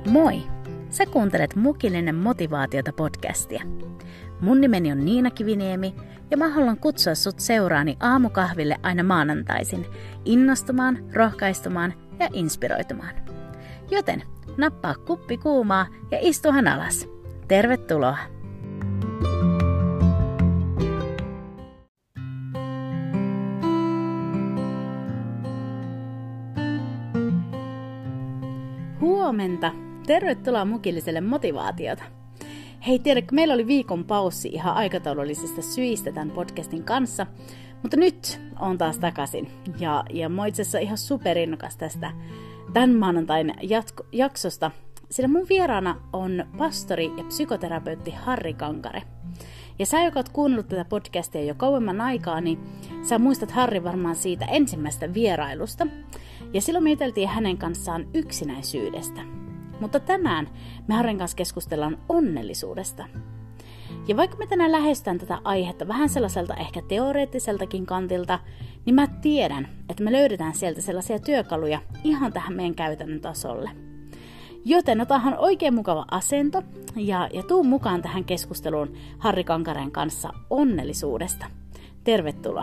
Moi! Sä kuuntelet Mukillinen motivaatiota podcastia. Mun nimeni on Niina Kiviniemi ja mä haluan kutsua sut seuraani aamukahville aina maanantaisin innostumaan, rohkaistumaan ja inspiroitumaan. Joten nappaa kuppi kuumaa ja istuhan alas. Tervetuloa! Huomenta! Tervetuloa Mukilliselle motivaatiota. Hei, tiedätkö, meillä oli viikon paussi ihan aikataulullisista syistä tämän podcastin kanssa, mutta nyt on taas takaisin. Ja mä itse asiassa ihan superinnokas tästä tämän maanantain jaksosta, sillä mun vieraana on pastori ja psykoterapeutti Harri Kankare. Ja sä, joka oot kuunnellut tätä podcastia jo kauemman aikaa, niin sä muistat Harri varmaan siitä ensimmäisestä vierailusta. Ja silloin me juteltiin hänen kanssaan yksinäisyydestä. Mutta tänään me Harrin kanssa keskustellaan onnellisuudesta. Ja vaikka me tänään lähestytään tätä aihetta vähän sellaiselta ehkä teoreettiseltakin kantilta, niin mä tiedän, että me löydetään sieltä sellaisia työkaluja ihan tähän meidän käytännön tasolle. Joten otahan oikein mukava asento ja tuu mukaan tähän keskusteluun Harri Kankareen kanssa onnellisuudesta. Tervetuloa!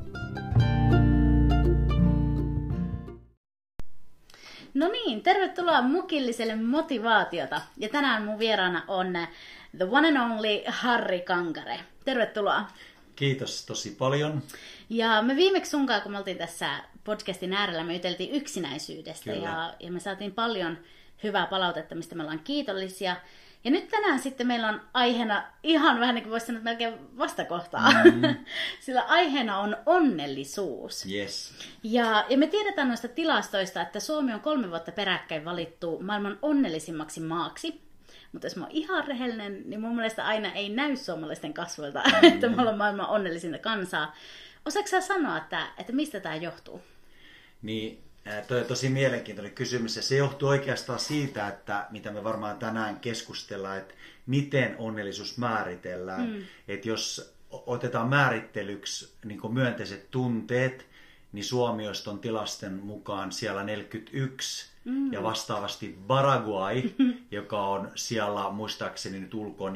No niin, tervetuloa Mukilliselle motivaatiota. Ja tänään mun vieraana on the one and only Harri Kankare. Tervetuloa. Kiitos tosi paljon. Ja me viimeksi sunkaan, kun me oltiin tässä podcastin äärellä, me juteltiin yksinäisyydestä ja me saatiin paljon hyvää palautetta, mistä me ollaan kiitollisia. Ja nyt tänään sitten meillä on aiheena ihan vähän niin kuin voisi sanoa melkein vastakohtaa. Sillä aiheena on onnellisuus. Yes. Ja me tiedetään noista tilastoista, että Suomi on 3 vuotta peräkkäin valittu maailman onnellisimmaksi maaksi. Mutta jos mä oon ihan rehellinen, niin mun mielestä aina ei näy suomalaisten kasvoilta, että me ollaan maailman onnellisinta kansaa. Osaatko sä sanoa, että mistä tämä johtuu? Niin, toi on tosi mielenkiintoinen kysymys ja se johtuu oikeastaan siitä, että mitä me varmaan tänään keskustellaan, että miten onnellisuus määritellään. Että jos otetaan määrittelyksi niin kuin myönteiset tunteet, niin Suomi olisi ton tilasten mukaan siellä 41 ja vastaavasti Paraguay, joka on siellä muistaakseni nyt ulkoon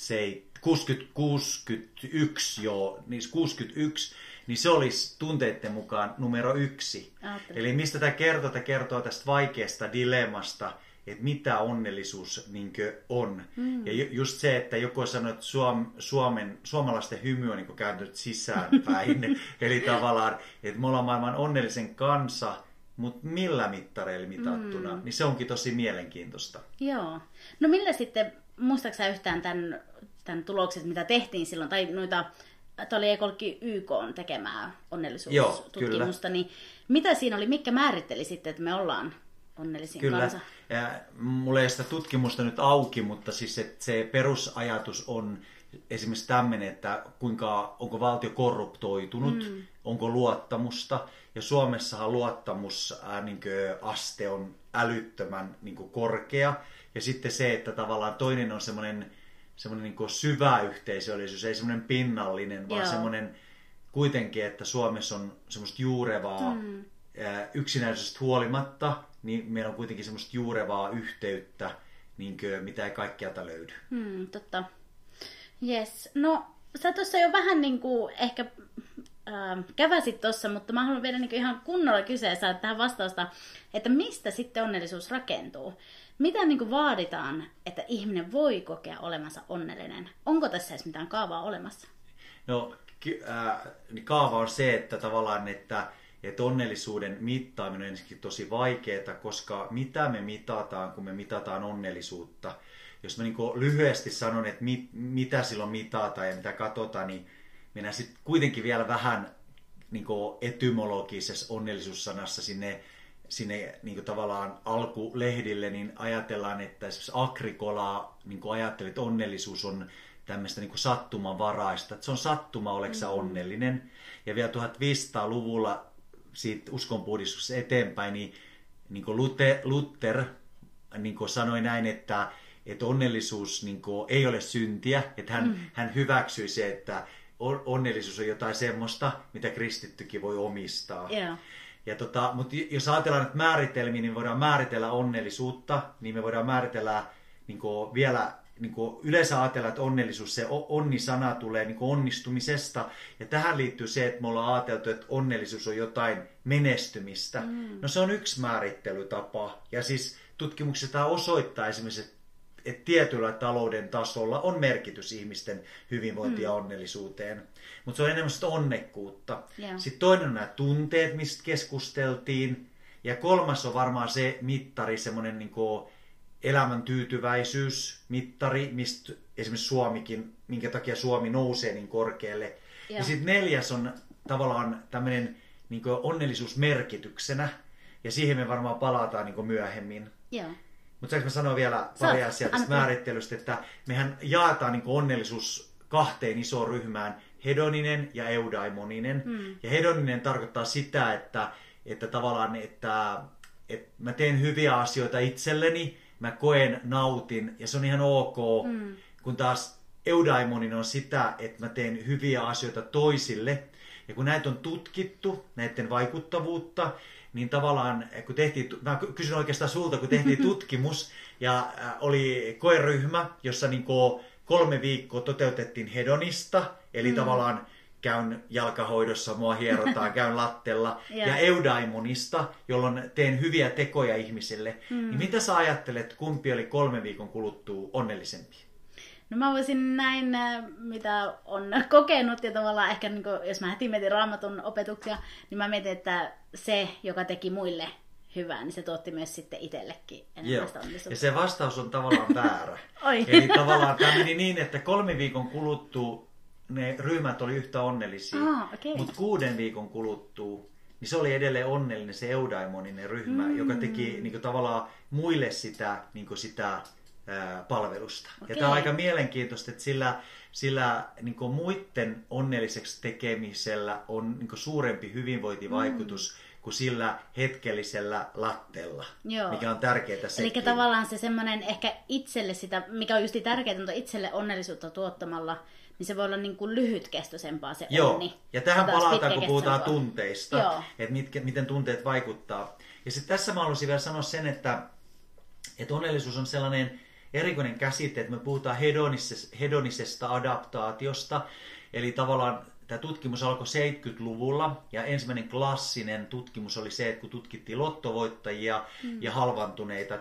61, niin se olisi tunteiden mukaan numero 1. Eli mistä tämä kertoo? Tämä kertoo tästä vaikeasta dilemmasta, että mitä onnellisuus on. Ja just se, että joku sanoo, että suomalaisten hymy on niin kääntynyt sisäänpäin. Eli tavallaan, että me ollaan maailman onnellisen kansa, mutta millä mittareilla mitattuna, niin se onkin tosi mielenkiintoista. Joo. No millä sitten, muistaaksä sä yhtään tämän tulokset, mitä tehtiin silloin, tai noita, tämä oli ekollekin YK:n tekemää onnellisuustutkimusta, niin mitä siinä oli, mitkä määritteli sitten, että me ollaan onnellisin kansa? Kyllä. Mulla ei sitä tutkimusta nyt auki, mutta siis se perusajatus on esimerkiksi tämmöinen, että onko valtio korruptoitunut, onko luottamusta. Ja Suomessahan luottamusaste on älyttömän korkea. Ja sitten se, että tavallaan toinen on semmoinen syvä yhteisöllisyys, ei semmoinen pinnallinen, vaan semmoinen kuitenkin, että Suomessa on semmoista juurevaa yksinäisyydestä huolimatta, niin meillä on kuitenkin semmoista juurevaa yhteyttä, mitä ei kaikkialta löydy. Totta. Yes. No, sä tuossa jo vähän ehkä käväsit tuossa, mutta mä haluan vielä ihan kunnolla kysyä ja saada tähän vastausta, että mistä sitten onnellisuus rakentuu? Mitä vaaditaan, että ihminen voi kokea olemansa onnellinen? Onko tässä edes mitään kaavaa olemassa? No, kaava on se, että tavallaan, että onnellisuuden mittaaminen on ensinnäkin tosi vaikeaa, koska mitä me mitataan, kun me mitataan onnellisuutta? Jos mä lyhyesti sanon, että mitä silloin mitataan ja mitä katsotaan, niin mennään sitten kuitenkin vielä vähän etymologisessa onnellisuussanassa sinne tavallaan alkulehdille, niin ajatellaan, että esimerkiksi Agricola ajatteli, että onnellisuus on tämmöistä sattumanvaraista, että se on sattuma, oletko sä onnellinen. Ja vielä 1500-luvulla siitä uskonpuhdistuksesta eteenpäin, niin Luther sanoi näin, että onnellisuus ei ole syntiä, että hän hyväksyi se, että onnellisuus on jotain semmoista, mitä kristittykin voi omistaa. Yeah. Mutta jos ajatellaan nyt määritelmiä, niin me voidaan määritellä onnellisuutta, niin me voidaan määritellä niin vielä niin yleensä ajatellaan, että onnellisuus, se onni-sana tulee niin onnistumisesta. Ja tähän liittyy se, että me ollaan ajateltu, että onnellisuus on jotain menestymistä. No se on yksi määrittelytapa. Ja siis tutkimuksessa tämä osoittaa esimerkiksi, että tietyllä talouden tasolla on merkitys ihmisten hyvinvointiin ja onnellisuuteen. Mutta se on enemmän sitä onnekkuutta. Yeah. Sitten toinen on nämä tunteet, mistä keskusteltiin. Ja kolmas on varmaan se mittari, semmoinen niin elämän tyytyväisyysmittari, mistä esimerkiksi Suomikin, minkä takia Suomi nousee niin korkealle. Yeah. Ja sitten neljäs on tavallaan tämmöinen niin onnellisuus merkityksenä. Ja siihen me varmaan palataan niin myöhemmin. Yeah. Mutta saanko mä sanoa vielä pari asiaa tästä määrittelystä, että mehän jaetaan niin onnellisuus kahteen isoon ryhmään, hedoninen ja eudaimoninen. Ja hedoninen tarkoittaa sitä, että tavallaan, että mä teen hyviä asioita itselleni, mä koen, nautin ja se on ihan ok, kun taas eudaimoninen on sitä, että mä teen hyviä asioita toisille. Ja kun näitä on tutkittu, näiden vaikuttavuutta, niin tavallaan, kun mä kysyn oikeastaan sulta, kun tehtiin tutkimus ja oli koeryhmä, jossa niin 3 viikkoa toteutettiin hedonista, eli tavallaan käyn jalkahoidossa, mua hierotaan, käyn lattella, ja eudaimonista, jolloin teen hyviä tekoja ihmisille. Niin mitä sä ajattelet, kumpi oli 3 viikon kuluttua onnellisempi? No mä voisin näin, mitä on kokenut, ja tavallaan ehkä niin kuin, jos mä heti mietin Raamatun opetuksia, niin mä mietin, että se, joka teki muille hyvää, niin se tuotti myös sitten itsellekin enemmän sitä onnellisuutta. Ja se vastaus on tavallaan väärä. Eli tavallaan tämä meni niin, että 3 viikon kuluttua ne ryhmät oli yhtä onnellisia, mutta 6 viikon kuluttua niin se oli edelleen onnellinen se eudaimoninen ryhmä, joka teki niin kuin, tavallaan muille sitä palvelusta. Ja tämä on aika mielenkiintoista, että sillä niin kuin muiden onnelliseksi tekemisellä on niin kuin suurempi hyvinvointivaikutus kuin sillä hetkellisellä latteella, mikä on tärkeää sekin. Eli tavallaan se semmoinen ehkä itselle sitä, mikä on just tärkeää, mutta itselle onnellisuutta tuottamalla, niin se voi olla niin kuin lyhytkestoisempaa se onni. Ja tähän palataan, kun puhutaan tunteista, että miten tunteet vaikuttaa. Ja sitten tässä mä haluaisin vielä sanoa sen, että onnellisuus on sellainen erikoinen käsite, että me puhutaan hedonisesta adaptaatiosta, eli tavallaan tämä tutkimus alkoi 70-luvulla, ja ensimmäinen klassinen tutkimus oli se, että kun tutkittiin lottovoittajia ja halvantuneita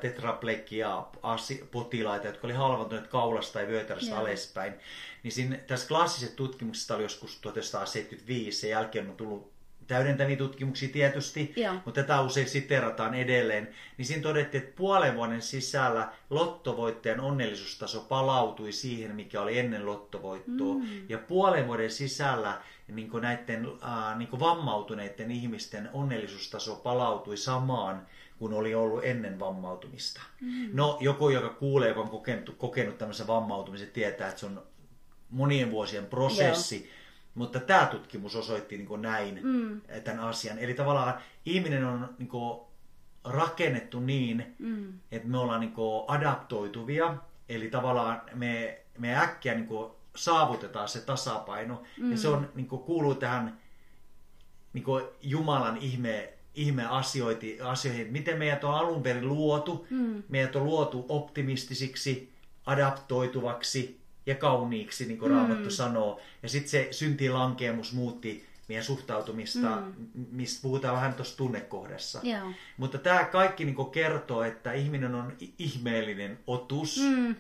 tetraplegia-potilaita, jotka oli halvantuneet kaulasta tai vyötäröstä alaspäin, niin tässä klassisessa tutkimuksessa oli joskus 1975, sen jälkeen on tullut täydentäviä tutkimuksia tietysti, mutta tätä usein siterataan edelleen, niin siinä todettiin, että 0,5 vuoden sisällä lottovoittajan onnellisuustaso palautui siihen, mikä oli ennen lottovoittoa. Ja 0,5 vuoden sisällä niin näiden niin vammautuneiden ihmisten onnellisuustaso palautui samaan, kun oli ollut ennen vammautumista. No, joku, joka kuulee, joka on kokenut tämmöisen vammautumisen, tietää, että se on monien vuosien prosessi. Mutta tämä tutkimus osoitti niin näin tämän asian. Eli tavallaan ihminen on niin rakennettu niin, että me ollaan niin adaptoituvia. Eli tavallaan me äkkiä niin saavutetaan se tasapaino. Ja se on, niin kuuluu tähän niin Jumalan ihme asioihin. Miten meidät on alun perin luotu. Meidät on luotu optimistisiksi, adaptoituvaksi ja kauniiksi, niin kuin Raamattu sanoo. Ja sitten se syntilankeemus muutti meidän suhtautumista, mistä puhutaan vähän tuossa tunnekohdassa. Mutta tämä kaikki niin kertoo, että ihminen on ihmeellinen otus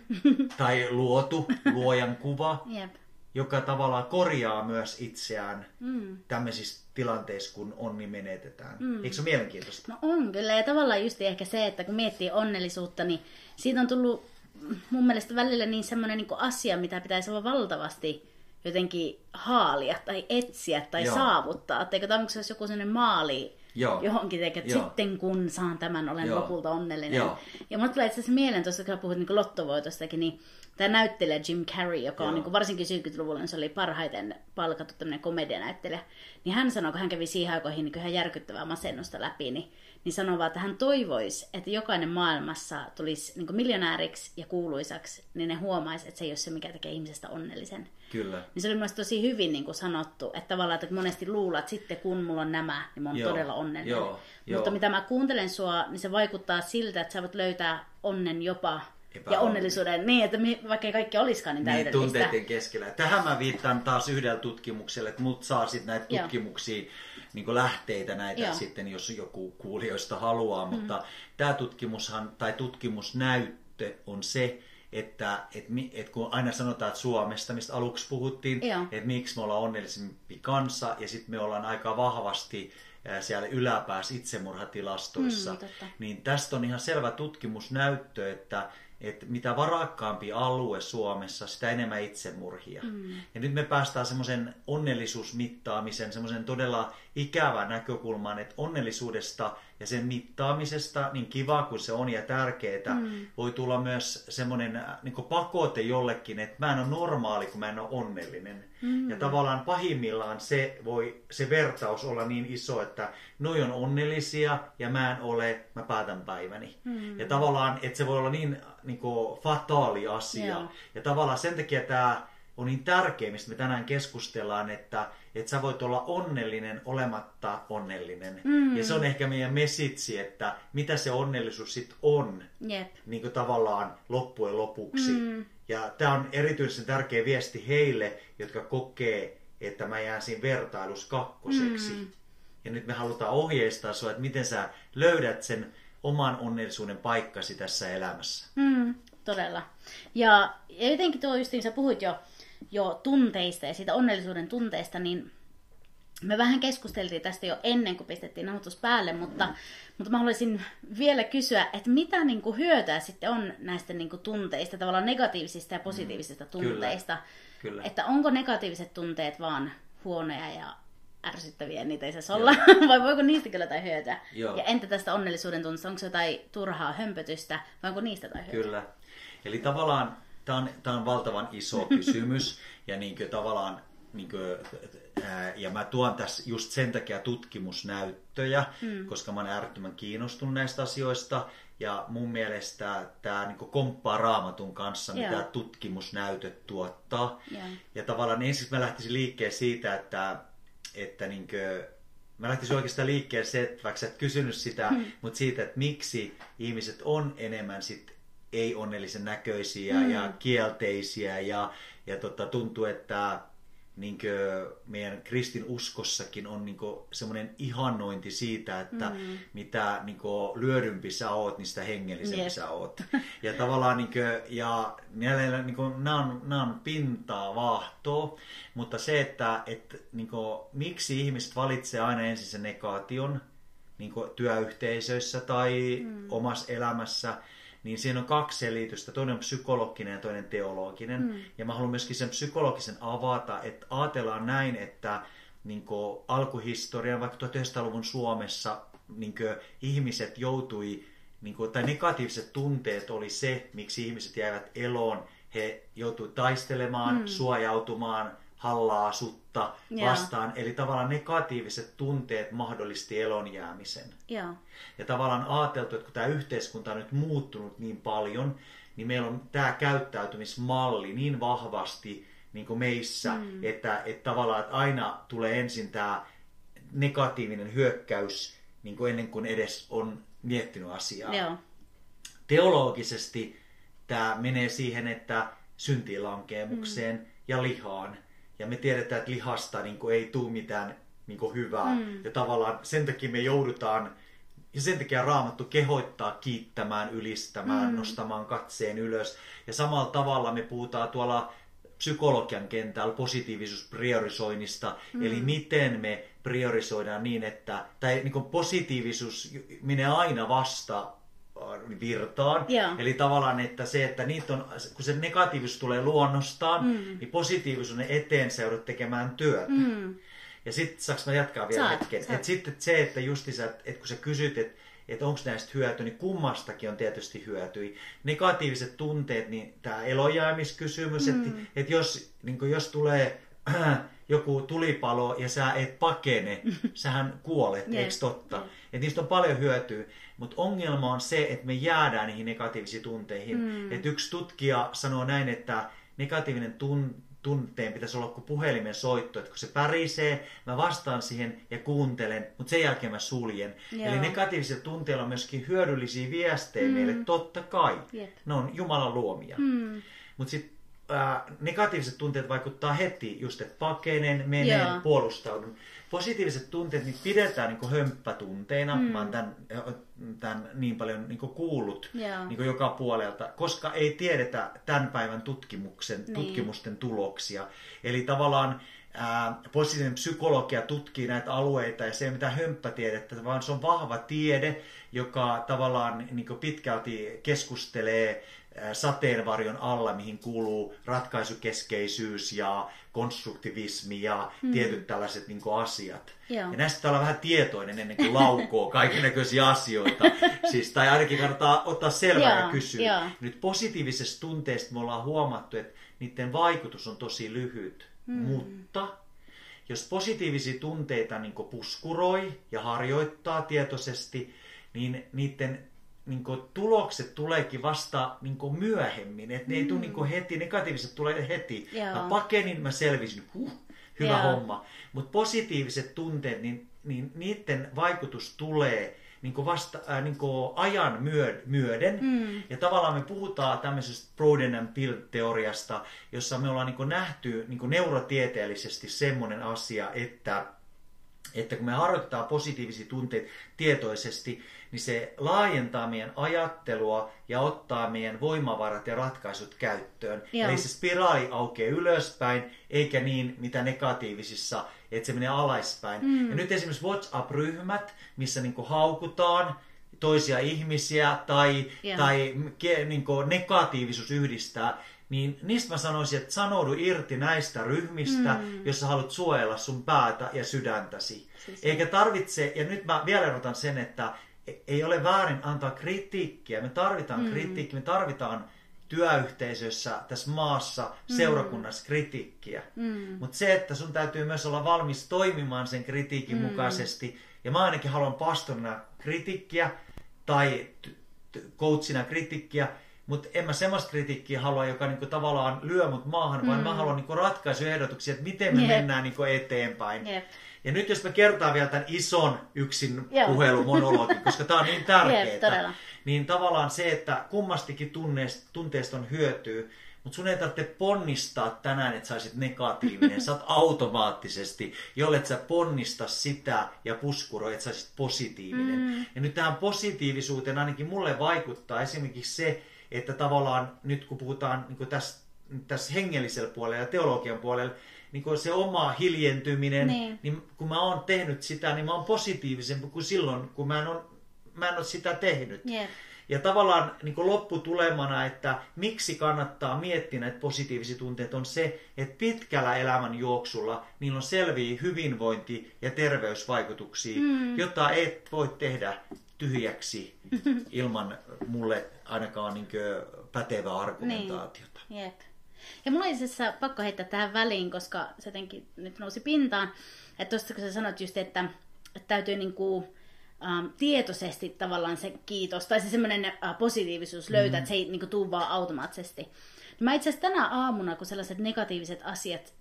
tai luojan kuva, joka tavallaan korjaa myös itseään tämmöisissä tilanteissa, kun onni menetetään. Eikö se ole mielenkiintoista? No on kyllä, ja tavallaan just ehkä se, että kun miettii onnellisuutta, niin siitä on tullut mun mielestä välillä niin semmoinen niin kuin asia, mitä pitäisi olla valtavasti jotenkin haalia tai etsiä tai saavuttaa. Etteikö tämä olisi joku sellainen maali johonkin, että sitten kun saan tämän, olen lopulta onnellinen. Ja mulle tulee itse asiassa mieleen tuossa, kun puhut niin lottovoitostakin, niin tämä näyttelijä Jim Carrey, joka on niin kuin varsinkin 70-luvulla, niin se oli parhaiten palkattu tämmöinen komedianäyttelijä, niin hän sanoi, kun hän kävi siihen aikoihin niin ihan järkyttävää masennusta läpi, niin sanoi vaan, että hän toivoisi, että jokainen maailmassa tulisi niin kuin miljonääriksi ja kuuluisaksi, niin ne huomaisi, että se ei ole se, mikä tekee ihmisestä onnellisen. Kyllä. Niin se oli mielestäni tosi hyvin niin kuin sanottu, että tavallaan, että monesti luulet, että sitten kun mulla on nämä, niin mä oon todella onnellinen. Joo. Mutta mitä mä kuuntelen sua, niin se vaikuttaa siltä, että sä voit löytää onnen jopa ja onnellisuuden niin, että vaikka ei kaikki olisikaan niin täydellistä. Niin, tunteiden keskellä. Tähän mä viittaan taas yhdellä tutkimuksella, että mut saa sitten näitä tutkimuksia, niin lähteitä näitä sitten, jos joku kuulijoista haluaa. Mutta tämä tutkimusnäyttö on se, että kun aina sanotaan, että Suomesta, mistä aluksi puhuttiin, että miksi me ollaan onnellisempi kansa, ja sitten me ollaan aika vahvasti siellä yläpäässä itsemurhatilastoissa, niin tästä on ihan selvä tutkimusnäyttö, että mitä varakkaampi alue Suomessa, sitä enemmän itsemurhia. Ja nyt me päästään semmoisen onnellisuusmittaamisen, semmoisen todella ikävän näkökulmaan, että onnellisuudesta ja sen mittaamisesta, niin kiva kuin se on ja tärkeää, voi tulla myös semmoinen niin kuin pakote jollekin, että mä en ole normaali, kun mä en ole onnellinen. Ja tavallaan pahimmillaan se vertaus olla niin iso, että noi on onnellisia ja mä en ole, mä päätän päiväni. Ja tavallaan, että se voi olla niin kuin fataali asia. Ja tavallaan sen takia tämä on niin tärkeä, mistä me tänään keskustellaan, että sä voit olla onnellinen olematta onnellinen. Ja se on ehkä meidän message, että mitä se onnellisuus sitten on, niin kuin tavallaan loppujen lopuksi. Ja tämä on erityisen tärkeä viesti heille, jotka kokee, että mä jään siinä vertailus kakkoseksi. Ja nyt me halutaan ohjeistaa sua, että miten sä löydät sen oman onnellisuuden paikkasi tässä elämässä. Todella. Ja jotenkin tuo justiin, sä puhuit jo tunteista ja siitä onnellisuuden tunteista, niin me vähän keskusteltiin tästä jo ennen kuin pistettiin nauhoitus päälle, mutta mä haluaisin vielä kysyä, että mitä niin kuin hyötyä sitten on näistä niin kuin tunteista, tavallaan negatiivisista ja positiivisista tunteista. Kyllä. Että onko negatiiviset tunteet vaan huonoja ja ärsyttäviä, niitä ei saisi olla, vai voiko niistä kyllä jotain hyötyä? Joo. Ja entä tästä onnellisuuden tunteesta, onko se jotain turhaa hömpötystä, vai onko niistä jotain hyötyä? Kyllä. Eli tavallaan tämä on valtavan iso kysymys, ja tavallaan, ja mä tuon tässä just sen takia tutkimusnäyttöjä, koska mä oon äärettömän kiinnostunut näistä asioista, ja mun mielestä tämä komppaa Raamatun kanssa, mitä tutkimusnäytöt tuottaa. Ja tavallaan ensin mä lähtisin liikkeelle siitä, että mä lähtisin oikeastaan liikkeelle se, että vaikka sä et kysynyt sitä, mutta siitä, että miksi ihmiset on enemmän sit ei-onnellisen näköisiä ja kielteisiä ja tuntuu, että meidän kristin uskossakin on semmoinen ihannointi siitä, että mitä lyödympi sä oot, niin sitä hengellisempi sä oot. Ja tavallaan nämä on pintaa, vaahtoa, mutta se, että miksi ihmiset valitsee aina ensin sen negaation työyhteisöissä tai omassa elämässä, niin siinä on kaksi selitystä. Toinen on psykologinen ja toinen teologinen. Ja mä haluan myöskin sen psykologisen avata, että ajatellaan näin, että alkuhistorian, vaikka 1900-luvun Suomessa, ihmiset joutui, tai negatiiviset tunteet oli se, miksi ihmiset jäivät eloon. He joutuivat taistelemaan, suojautumaan, hallaa sutta vastaan. Eli tavallaan negatiiviset tunteet mahdollisti elon jäämisen. Ja tavallaan ajateltu, että kun tämä yhteiskunta on nyt muuttunut niin paljon, niin meillä on tämä käyttäytymismalli niin vahvasti meissä, että tavallaan että aina tulee ensin tämä negatiivinen hyökkäys ennen kuin edes on miettinyt asiaa. Teologisesti tämä menee siihen, että syntiinlankeemukseen ja lihaan. Ja me tiedetään, että lihasta ei tule mitään hyvää. Ja tavallaan sen takia me joudutaan, ja sen takia Raamattu kehottaa kiittämään, ylistämään, nostamaan katseen ylös. Ja samalla tavalla me puhutaan tuolla psykologian kentällä positiivisuuspriorisoinnista. Eli miten me priorisoidaan niin, että positiivisuus menee aina vasta virtaan. Eli tavallaan, että se, että niitä on, kun se negatiivisuus tulee luonnostaan, niin positiivisuuden eteen sä joudut tekemään työtä. Ja sitten saanko mä jatkaa vielä hetken? Että sitten se, että justiinsa, että kun sä kysyt, että onko näistä hyötyä, niin kummastakin on tietysti hyötyä. Negatiiviset tunteet, niin tämä elonjäämiskysymys, että jos tulee joku tulipalo ja sä et pakene, sähän kuolet, eikö totta? Että niistä on paljon hyötyä, mutta ongelma on se, että me jäädään niihin negatiivisiin tunteihin. Että yksi tutkija sanoo näin, että negatiivinen tunteen pitäisi olla kuin puhelimen soitto, että kun se pärisee, mä vastaan siihen ja kuuntelen, mutta sen jälkeen mä suljen. Joo. Eli negatiivisilla tunteilla on myöskin hyödyllisiä viestejä meille, totta kai. Jep. Ne on Jumalan luomia. Mutta sitten negatiiviset tunteet vaikuttaa heti, just että pakenen, menen, puolustaudun. Positiiviset tunteet niin pidetään niin kuin hömppätunteina. Mä oon tämän niin paljon niin kuin kuullut niin kuin joka puolelta, koska ei tiedetä tämän päivän tutkimusten tuloksia. Eli tavallaan positiivinen psykologia tutkii näitä alueita ja se ei ole mitään hömppätiedettä, vaan se on vahva tiede, joka tavallaan niin kuin pitkälti keskustelee sateenvarjon alla, mihin kuuluu ratkaisukeskeisyys ja konstruktivismi ja tietyt tällaiset niin kuin asiat. Joo. Ja näistä pitää olla vähän tietoinen ennen kuin laukoo kaikennäköisiä asioita. Siis, tai ainakin kannattaa ottaa selvää ja kysyä. Nyt positiivisesta tunteesta me ollaan huomattu, että niiden vaikutus on tosi lyhyt. Mutta jos positiivisia tunteita niin kuin puskuroi ja harjoittaa tietoisesti, niin niiden niin kuin tulokset tuleekin vasta niin kuin myöhemmin. Että ne ei tule niin kuin heti, negatiiviset tulee heti. Mä pakenin, mä selvisin, hyvä homma. Mutta positiiviset tunteet, niin niiden vaikutus tulee niin kuin vasta niin kuin ajan myöden. Ja tavallaan me puhutaan tämmöisestä Broden and Pill-teoriasta, jossa me ollaan niin kuin nähty niin kuin neurotieteellisesti semmoinen asia, että kun me harjoitetaan positiivisia tunteita tietoisesti, niin se laajentaa meidän ajattelua ja ottaa meidän voimavarat ja ratkaisut käyttöön. Joo. Eli se spiraali aukeaa ylöspäin, eikä niin mitä negatiivisissa, että se menee alaspäin. Ja nyt esimerkiksi WhatsApp-ryhmät, missä niinku haukutaan toisia ihmisiä tai niinku negatiivisuus yhdistää, niin niistä mä sanoisin, että sanoudu irti näistä ryhmistä, jos sä haluat suojella sun päätä ja sydäntäsi. Eikä tarvitse, ja nyt mä vielä erotan sen, että ei ole väärin antaa kritiikkiä. Me tarvitaan kritiikkiä, me tarvitaan työyhteisössä, tässä maassa, seurakunnassa kritiikkiä. Mutta se, että sun täytyy myös olla valmis toimimaan sen kritiikin mukaisesti, ja mä ainakin haluan pastorina kritiikkiä tai coachina kritiikkiä, mutta en mä semmoista kritiikkiä halua, joka niinku tavallaan lyö mut maahan, vaan mä haluan niinku ratkaisuehdotuksia, että miten me mennään niinku eteenpäin. Ja nyt jos mä kertaan vielä tämän ison yksin puhelumonologin, koska tää on niin tärkeää, niin tavallaan se, että kummastikin tunteesta on hyötyä, mutta sun ei tarvitse ponnistaa tänään, että sä olisit negatiivinen. Sä oot automaattisesti, jollet sä ponnista sitä ja puskuroi, että sä olisit positiivinen. Ja nyt tähän positiivisuuteen ainakin mulle vaikuttaa esimerkiksi se, että tavallaan nyt kun puhutaan niin tässä hengellisellä puolella ja teologian puolella, niin se oma hiljentyminen, niin kun mä oon tehnyt sitä, niin mä oon positiivisempi kuin silloin, kun mä en ole sitä tehnyt. Ja tavallaan niin lopputulemana, että miksi kannattaa miettiä näitä positiivisia tunteita, on se, että pitkällä elämän juoksulla niillä on selviä hyvinvointi- ja terveysvaikutuksia, jota et voi tehdä tyhjäksi ilman mulle ainakaan niin pätevää argumentaatiota. Jep. Ja mulla on itse asiassa pakko heittää tähän väliin, koska se jotenkin nyt nousi pintaan. Että tuosta kun sä sanot just, että täytyy niinku, tietoisesti tavallaan se kiitos tai se semmoinen positiivisuus löytää, että se ei niinku tuu vaan automaattisesti. Niin mä itse asiassa tänä aamuna, kun sellaiset negatiiviset asiat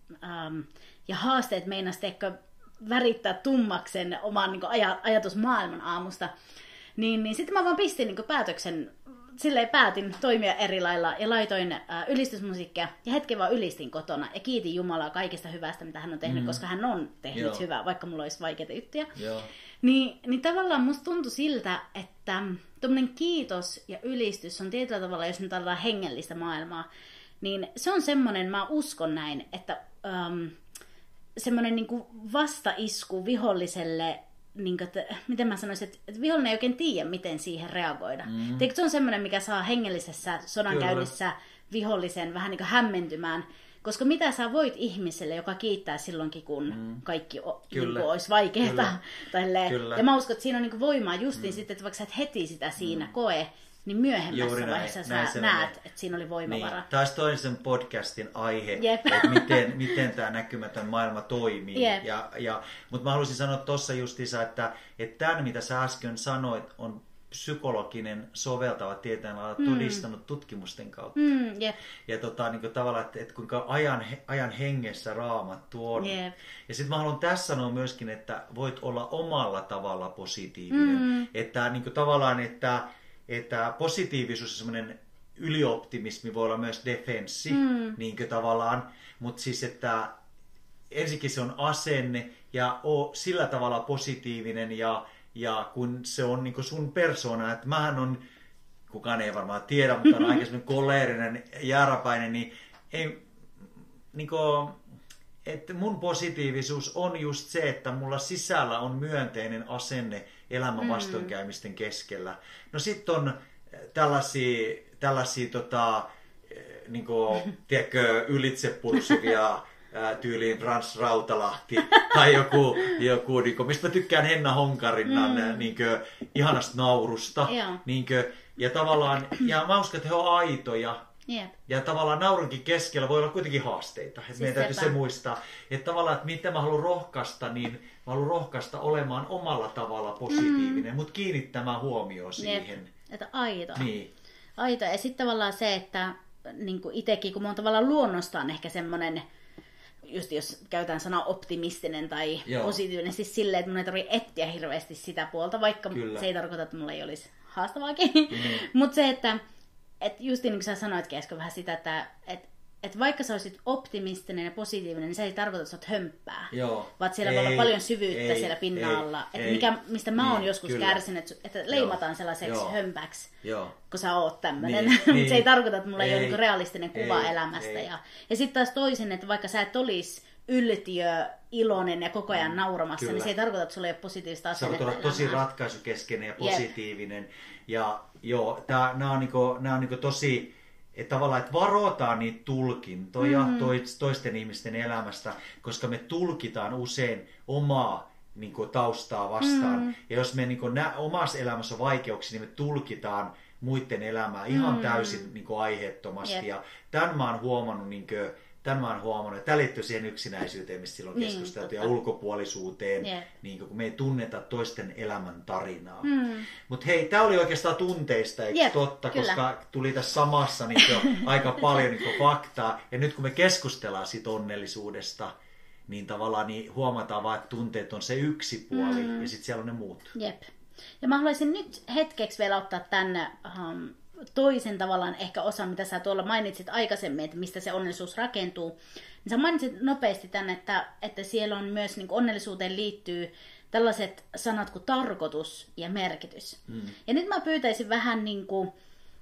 ja haasteet meinasi värittää tummaksen oman niinku ajatusmaailman aamusta, niin sitten mä vaan pistin niinku päätöksen, silleen päätin toimia eri lailla ja laitoin ylistysmusiikkia ja hetken vaan ylistin kotona ja kiitin Jumalaa kaikesta hyvästä, mitä hän on tehnyt, koska hän on tehnyt hyvää, vaikka mulla olisi vaikeita juttuja. Niin tavallaan musta tuntui siltä, että tuommoinen kiitos ja ylistys on tietyllä tavalla, jos nyt ollaan hengellistä maailmaa, niin se on semmoinen, mä uskon näin, että semmoinen niinku vastaisku viholliselle, niin kuin, miten mä sanoisin, että vihollinen ei oikein tiedä, miten siihen reagoida. Teikö se on semmoinen, mikä saa hengellisessä sodankäynnissä vihollisen vähän niin kuin hämmentymään, koska mitä sä voit ihmiselle, joka kiittää silloinkin, kun kaikki niin olisi vaikeaa. Ja mä uskon, että siinä on niin voimaa justiin sitten, että vaikka sä et heti sitä siinä koe, niin myöhemmässä vaiheessa sä näet, että siinä oli voimavara. Niin. Taas toisen podcastin aihe, että miten tämä näkymätön maailma toimii. Mutta mä haluaisin sanoa tuossa justiinsa, että tämän, mitä sä äsken sanoit, on psykologinen soveltava tieteenala todistanut tutkimusten kautta. Yep. Ja niin tavallaan, että kuinka ajan hengessä Raamattu on. Yep. Ja sitten mä haluan tässä sanoa myöskin, että voit olla omalla tavalla positiivinen. Että niin tavallaan, että positiivisuus ja semmoinen ylioptimismi voi olla myös defenssi, niin tavallaan. Mutta siis, että ensinnäkin se on asenne ja oo sillä tavalla positiivinen ja kun se on niin sun persona, että mähän on, kukaan ei varmaan tiedä, mutta on aika semmoinen koleerinen, jääräpäinen, niin ei, niin kuin, että mun positiivisuus on just se, että mulla sisällä on myönteinen asenne elämän vastoinkäymisten keskellä. No sitten on tällaisia niin kuin, tiedätkö, ylitsepurssuvia tyyliin Frans Rautalahti tai joku niin kuin, mistä mä tykkään Henna Honkarinnan niin kuin, ihanasta naurusta. Niin kuin, ja tavallaan, ja mä uskon, että he on aitoja. Yep. Ja tavallaan naurunkin keskellä voi olla kuitenkin haasteita. Siis meidän täytyy se muistaa. Että tavallaan, että mitä mä haluan rohkaista, niin mä haluan rohkaista olemaan omalla tavalla positiivinen, mutta kiinnittämään huomioon siihen. Yep. Että aito. Niin. Aito. Ja sitten tavallaan se, että niin kuin itsekin, kun mä oon tavallaan luonnostaan ehkä semmoinen, just jos käytetään sanaa optimistinen tai positiivinen, siis silleen, että mun ei tarvitse etsiä hirveästi sitä puolta, vaikka se ei tarkoita, että mulla ei olisi haastavaakin. Mutta se, että just niin kuin sä sanoitkin äsken vähän sitä, että vaikka sä olisit optimistinen ja positiivinen, niin se ei tarkoita, että sä oot hömppää. Vaan siellä voi olla paljon syvyyttä siellä pinnalla. Mistä mä oon joskus kärsinyt, että leimataan sellaiseksi hömpäksi, kun sä oot tämmönen. Mutta se ei tarkoita, että mulla ei ole niinku realistinen kuva elämästä. Ja sitten taas toisin, että vaikka sä et olisi yltiö, iloinen ja koko ajan nauramassa, niin se ei tarkoita, että sulla ei ole positiivista asennetta. Sä voit olla tosi ratkaisukeskeinen ja positiivinen. Ja nämä on niinku tosi, että tavallaan, että varotaan niitä tulkintoja toisten ihmisten elämästä, koska me tulkitaan usein omaa niinku taustaa vastaan. Ja jos me niinku omassa elämässä on vaikeuksia, niin me tulkitaan muiden elämää ihan täysin niinku aiheettomasti. Ja tämän mä oon huomannut, että tämä liittyy siihen yksinäisyyteen, mistä silloin keskusteltu, ja ulkopuolisuuteen, niin kun me ei tunneta toisten elämän tarinaa. Mutta hei, tämä oli oikeastaan tunteista, eikö totta? Kyllä. Koska tuli tässä samassa aika paljon faktaa. Ja nyt kun me keskustellaan siitä onnellisuudesta, niin tavallaan niin huomataan vaan, että tunteet on se yksi puoli, ja sitten siellä on ne muut. Jep. Ja mä haluaisin nyt hetkeksi vielä ottaa tänne toisen tavallaan ehkä osan, mitä sä tuolla mainitsit aikaisemmin, että mistä se onnellisuus rakentuu. Niin sä mainitsit nopeasti tänne, että siellä on myös niin kuin onnellisuuteen liittyy tällaiset sanat kuin tarkoitus ja merkitys. Ja nyt mä pyytäisin vähän niin kuin,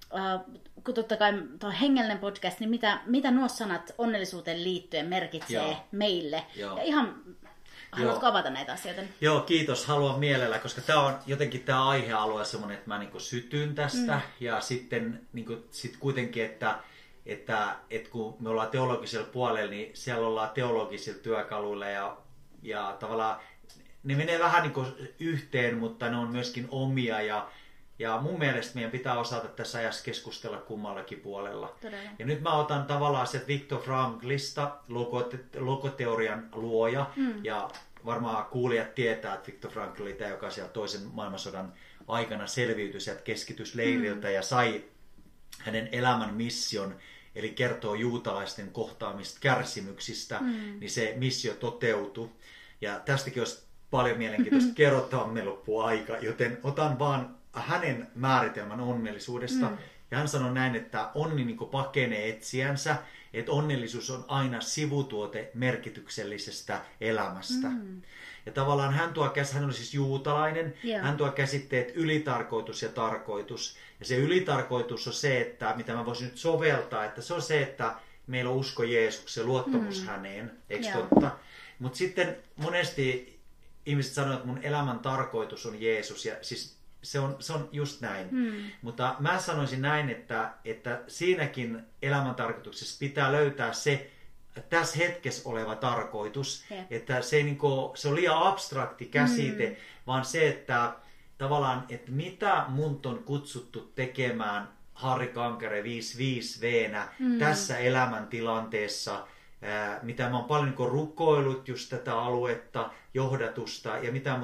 kun totta kai tuo hengellinen podcast, niin mitä nuo sanat onnellisuuteen liittyen merkitsee meille. Ja ihan haluatko avata näitä asioita? Joo, kiitos. Haluan mielellä, koska tämä on jotenkin tämä aihealue semmoinen, että mä niinku sytyn tästä. Ja sitten niinku, kuitenkin, että kun me ollaan teologisella puolella, niin siellä ollaan teologisilla työkaluilla ja tavallaan ne menee vähän niinku yhteen, mutta ne on myöskin omia ja mun mielestä meidän pitää osata tässä ajassa keskustella kummallakin puolella. Todella. Ja nyt mä otan tavallaan se Viktor Franklista, logoteorian luoja, ja varmaan kuulijat tietää, että Viktor Frankl oli tämä, joka siellä toisen maailmansodan aikana selviytyi sieltä keskitysleiriltä ja sai hänen elämän mission, eli kertoo juutalaisten kohtaamista kärsimyksistä, niin se missio toteutui. Ja tästäkin olisi paljon mielenkiintoista kerrottavaa, meillä loppuu aika, joten otan vaan hänen määritelmän onnellisuudesta. Ja hän sanoi näin, että onni niin kuin pakenee etsijänsä, että onnellisuus on aina sivutuote merkityksellisestä elämästä. Ja tavallaan hän oli siis juutalainen, hän tuo käsitteet ylitarkoitus ja tarkoitus. Ja se ylitarkoitus on se, että mitä mä voisin nyt soveltaa, että se on se, että meillä on usko Jeesukseen, luottamus häneen, eikö totta? Mutta sitten monesti ihmiset sanoo, että mun elämän tarkoitus on Jeesus, ja siis se on just näin. Mutta mä sanoisin näin, että siinäkin elämäntarkoituksessa pitää löytää se tässä hetkessä oleva tarkoitus. Että se on liian abstrakti käsite, vaan se, että tavallaan, että mitä mun on kutsuttu tekemään Harri Kankare 55-veenä tässä elämäntilanteessa, mitä mä oon paljon rukoillut just tätä aluetta, johdatusta, ja mitä mut on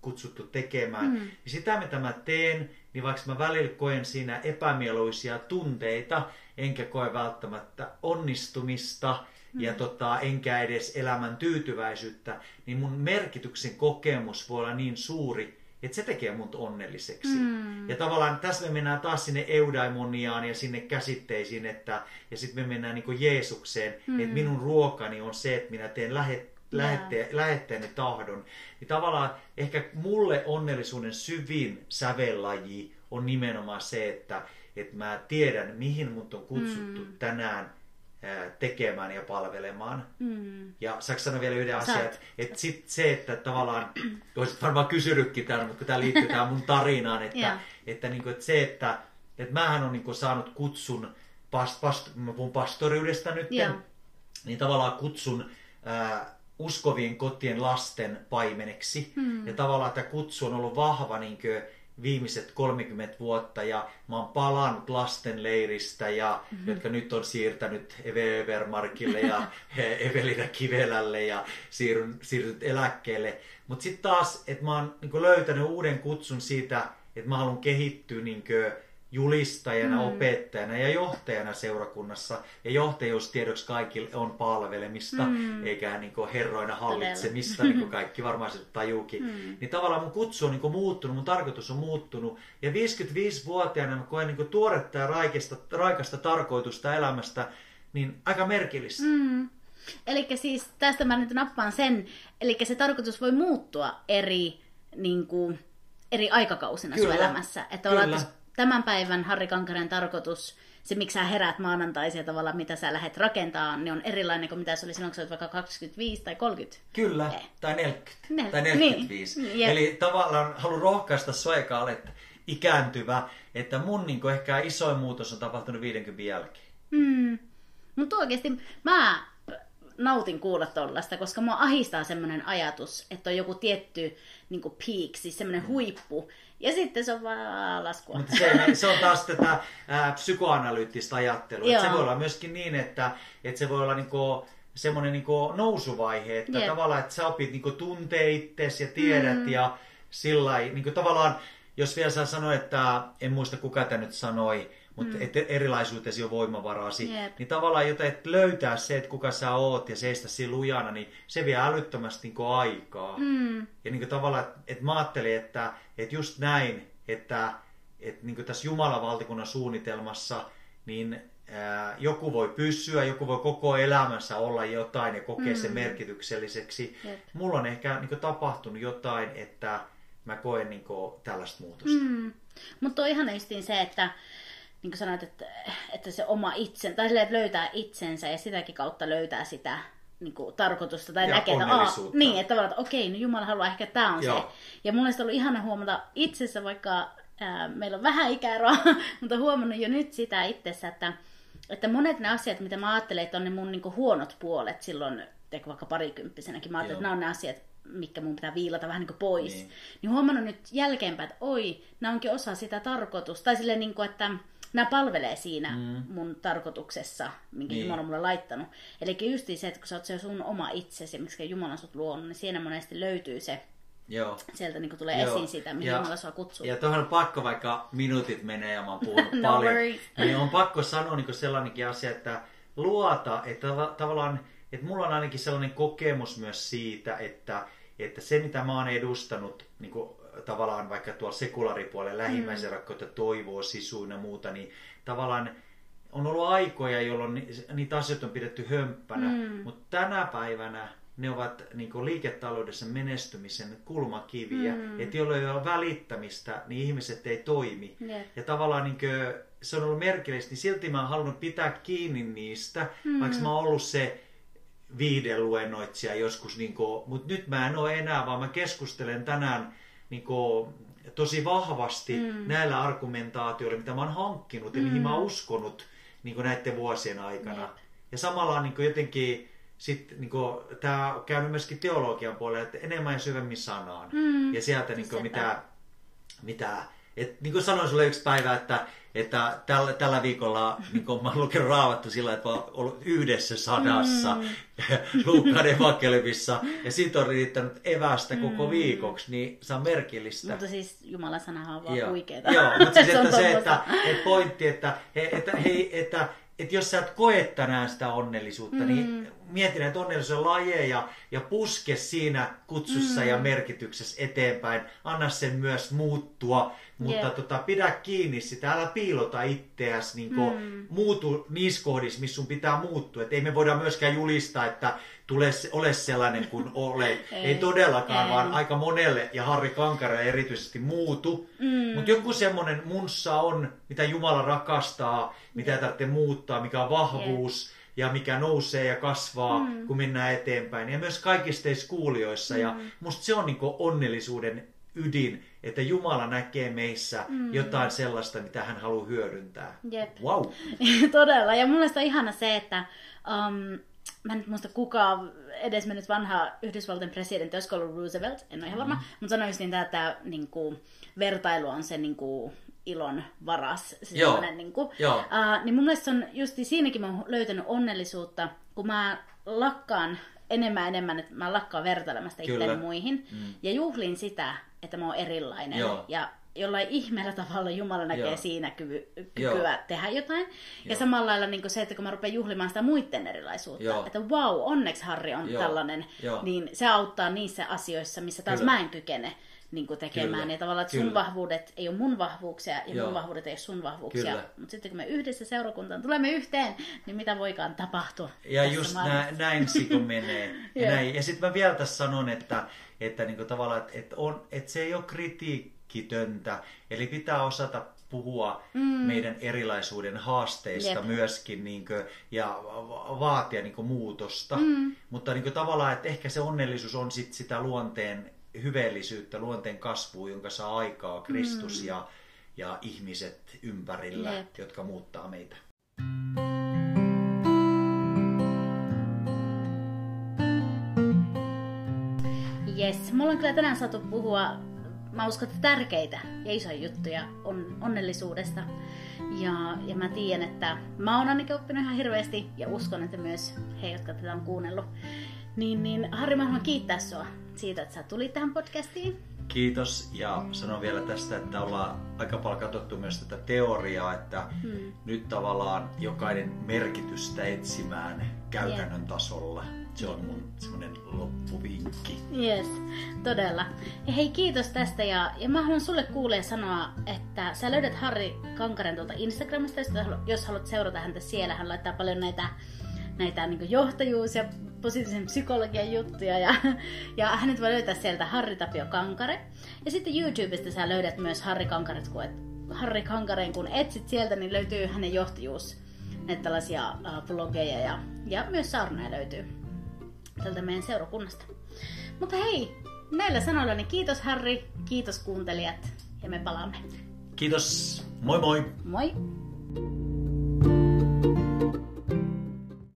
kutsuttu tekemään. Ja sitä mitä mä teen, niin vaikka mä välillä koen siinä epämieluisia tunteita, enkä koe välttämättä onnistumista, ja enkä edes elämän tyytyväisyyttä, niin mun merkityksen kokemus voi olla niin suuri, että se tekee mut onnelliseksi. Ja tavallaan tässä me mennään taas sinne eudaimoniaan ja sinne käsitteisiin, ja sitten me mennään niin kuin Jeesukseen, että minun ruokani on se, että minä teen lähettäjäni tahdon. Niin tavallaan ehkä mulle onnellisuuden syvin sävellaji on nimenomaan se, että mä tiedän, mihin mut on kutsuttu tänään tekemään ja palvelemaan. Ja saanko sanoa vielä yhden asian, että sit se, että tavallaan, olisit varmaan kysynytkin tämän, mutta kun tämä liittyy tähän mun tarinaan, että se, että mähän on niin saanut kutsun, mä puhun pastoriudesta nyt, niin tavallaan kutsun uskovien kotien lasten paimeneksi. Ja tavallaan tämä kutsu on ollut vahva viimeiset 30 vuotta, ja mä oon palannut lastenleiristä, jotka nyt on siirtänyt Eve Evermarkille ja Evelina Kivelälle ja siirtynyt eläkkeelle. Mutta sitten taas, että mä oon löytänyt uuden kutsun siitä, että mä haluan kehittyä julistajana, opettajana ja johtajana seurakunnassa. Ja johtajuus tiedoksi kaikille on palvelemista, eikä herroina hallitsemista, niin kuin kaikki varmaan se tajuukin. Niin tavallaan mun kutsu on muuttunut, mun tarkoitus on muuttunut. Ja 55-vuotiaana mä koen tuoretta ja raikasta tarkoitusta elämästä, niin aika merkillistä. Eli siis tästä mä nyt nappaan sen, eli se tarkoitus voi muuttua eri aikakausina sun elämässä. Että tämän päivän Harri Kankaren tarkoitus, se miksi sä herät maanantaisin ja tavallaan mitä sä lähdet rakentamaan, niin on erilainen kuin mitä se oli silloin, kun sä olet vaikka 25 tai 30. Kyllä, tai 40 tai 45. Niin. Eli tavallaan haluan rohkaista sua, joka olet ikääntyvä, että mun ehkä isoin muutos on tapahtunut 50 jälkeen. Mutta oikeasti mä nautin kuulla tollaista, koska mua ahistaa semmoinen ajatus, että on joku tietty peak, siis semmoinen huippu, ja sitten se on vaan laskua. Mutta se on taas tätä psykoanalyyttistä ajattelua. Se voi olla myöskin niin, että se voi olla semmoinen nousuvaihe, että tavallaan, että sä opit tuntee itsesi ja tiedät, ja sillai, tavallaan, jos vielä sä sanoit, että en muista kuka tämä nyt sanoi, mutta erilaisuutesi on voimavarasi, niin tavallaan jotain, että löytää se, että kuka sä oot ja seistä siinä lujana, niin se vie älyttömästi aikaa. Ja tavallaan, että mä ajattelin, että just näin, että tässä Jumalan valtakunnan suunnitelmassa, niin joku voi pysyä, joku voi koko elämänsä olla jotain ja kokea sen merkitykselliseksi. Mulla on ehkä tapahtunut jotain, että mä koen tällaista muutosta. Mutta on ihan justiin se, että niin kuin sanoit, että se oma itsen, tai silleen, että löytää itsensä ja sitäkin kautta löytää sitä tarkoitusta tai näkee, että tavallaan, että okei, no Jumala haluaa ehkä, että tämä on se. Ja mun mielestä on ollut ihana huomata itsessä, vaikka meillä on vähän ikäeroa, mutta huomannut jo nyt sitä itsessä, että monet ne asiat, mitä mä ajattelen, että on ne mun huonot puolet silloin, vaikka parikymppisenäkin, mä ajattelen, että nämä on ne asiat, mitkä mun pitää viilata vähän pois. Niin huomannut nyt jälkeenpäin, että nämä onkin osa sitä tarkoitusta. Tai silleen, että nämä palvelee siinä mun tarkoituksessa, minkä Jumala on mulle laittanut. Eli just se, että kun sä oot se sun oma itsesi, miksi Jumala on sut luonut, niin siinä monesti löytyy se, sieltä tulee esiin sitä, mihin Jumala sua kutsuu. Ja tuohon on pakko, vaikka minuutit menee ja mä oon puhunut paljon, niin on pakko sanoa sellainenkin asia, että luota, että tavallaan, että mulla on ainakin sellainen kokemus myös siitä, että se mitä mä oon edustanut, tavallaan vaikka tuolla sekulaaripuolella lähimmäisen rakkautta, toivoa, sisuina ja muuta, niin tavallaan on ollut aikoja, jolloin niitä asioita on pidetty hömppänä, mutta tänä päivänä ne ovat liiketaloudessa menestymisen kulmakiviä, että jolloin ei ole välittämistä, niin ihmiset ei toimi. Ja tavallaan se on ollut merkillistä, niin silti mä oon halunnut pitää kiinni niistä, vaikka mä oon ollut se viihdeluennoitsija joskus, mutta nyt mä en ole enää, vaan mä keskustelen tänään tosi vahvasti näillä argumentaatioilla, mitä mä oon hankkinut ja mihin mä oon uskonut näiden vuosien aikana. Ja samalla jotenkin tämä on käynyt myöskin teologian puolella, että enemmän ja syvemmin sanaan. Ja sieltä mitä niin kuin sanoin sulle yksi päivä, että tällä viikolla niin mä oon lukenut Raamattu sillä, että mä oon ollut yhdessä sadassa Luukkaan evankeliumissa, ja siitä on riittänyt evästä koko viikoksi, niin se on merkillistä. Mutta siis Jumalan sanahan on vaan huikeeta. Joo, mutta siis että pointti, että jos sä et koe tänään sitä onnellisuutta, niin mieti näitä onnellisuuden lajeja ja puske siinä kutsussa ja merkityksessä eteenpäin. Anna sen myös muuttua, mutta pidä kiinni sitä, älä piilota itseäsi, niin muutu niissä kohdissa, missä sun pitää muuttua. Et ei me voida myöskään julistaa, että ole sellainen kuin olet. Ei todellakaan, vaan aika monelle, ja Harri Kankare erityisesti muutu. Mutta joku semmoinen munssa on, mitä Jumala rakastaa, mitä tarvitsee muuttaa, mikä on vahvuus ja mikä nousee ja kasvaa, kun mennään eteenpäin. Ja myös kaikissa teissä kuulijoissa. Ja musta se on niinku onnellisuuden ydin, että Jumala näkee meissä jotain sellaista, mitä hän haluaa hyödyntää. Jep. Wow. Todella. Ja mun mielestä on ihana se, että mä en nyt muista kuka edesmennyt vanha Yhdysvaltain presidentti, olisiko ollut Roosevelt, en ole ihan varma, mutta sanoisin niin, että niinku, vertailu on se niinku, ilon varas. Niin mun mielestä on just siinäkin mä oon löytänyt onnellisuutta, kun mä lakkaan enemmän, että mä lakkaan vertailemasta itseäni muihin ja juhlin sitä, että mä oon erilainen. Ja jollain ihmeellä tavalla Jumala näkee siinä kykyä tehdä jotain. Ja samalla lailla niin se, että kun mä rupean juhlimaan sitä muiden erilaisuutta, että wow, onneksi Harri on tällainen, niin se auttaa niissä asioissa, missä taas mä en kykene niin tekemään. Ja tavallaan, että sun vahvuudet ei ole mun vahvuuksia ja mun vahvuudet ei ole sun vahvuuksia. Mutta sitten kun me yhdessä seurakuntaan tulemme yhteen, niin mitä voikaan tapahtua. Ja just näin se menee. Ja sitten mä vielä tässä sanon, että niin tavallaan, että se ei ole kritiikitöntä. Eli pitää osata puhua meidän erilaisuuden haasteista myöskin ja vaatia muutosta. Mutta tavallaan, että ehkä se onnellisuus on sitä luonteen hyveellisyyttä, luonteen kasvua, jonka saa aikaa Kristus ja ihmiset ympärillä, jotka muuttaa meitä. Jes, mulla on kyllä tänään saatu puhua, mä uskon, että tärkeitä ja isoja juttuja on onnellisuudesta. Ja mä tiedän, että mä oon ainakin oppinut ihan hirveästi ja uskon, että myös he, jotka tätä on kuunnellut. Niin Harri, mä haluan kiittää sua siitä, että sä tulit tähän podcastiin. Kiitos, ja sanon vielä tästä, että ollaan aika paljon katsottu myös tätä teoriaa, että nyt tavallaan jokainen merkitystä etsimään käytännön tasolla. Se on mun semmoinen loppuvinkki. Yes, todella. Ja hei, kiitos tästä, ja mä haluan sulle kuulee sanoa, että sä löydät Harri Kankaren tuolta Instagramista, jos haluat seurata häntä siellä. Hän laittaa paljon näitä niin johtajuus- ja positiivisen psykologian juttuja, ja hänet voi löytää sieltä Harri Tapio Kankare. Ja sitten YouTubesta sä löydät myös Harri Kankareen, kun etsit sieltä, niin löytyy hänen johtajuus, näitä tällaisia blogeja, ja myös saarnoja löytyy tältä meidän seurakunnasta. Mutta hei, näillä sanoilla niin kiitos Harri, kiitos kuuntelijat, ja me palaamme. Kiitos, moi moi! Moi!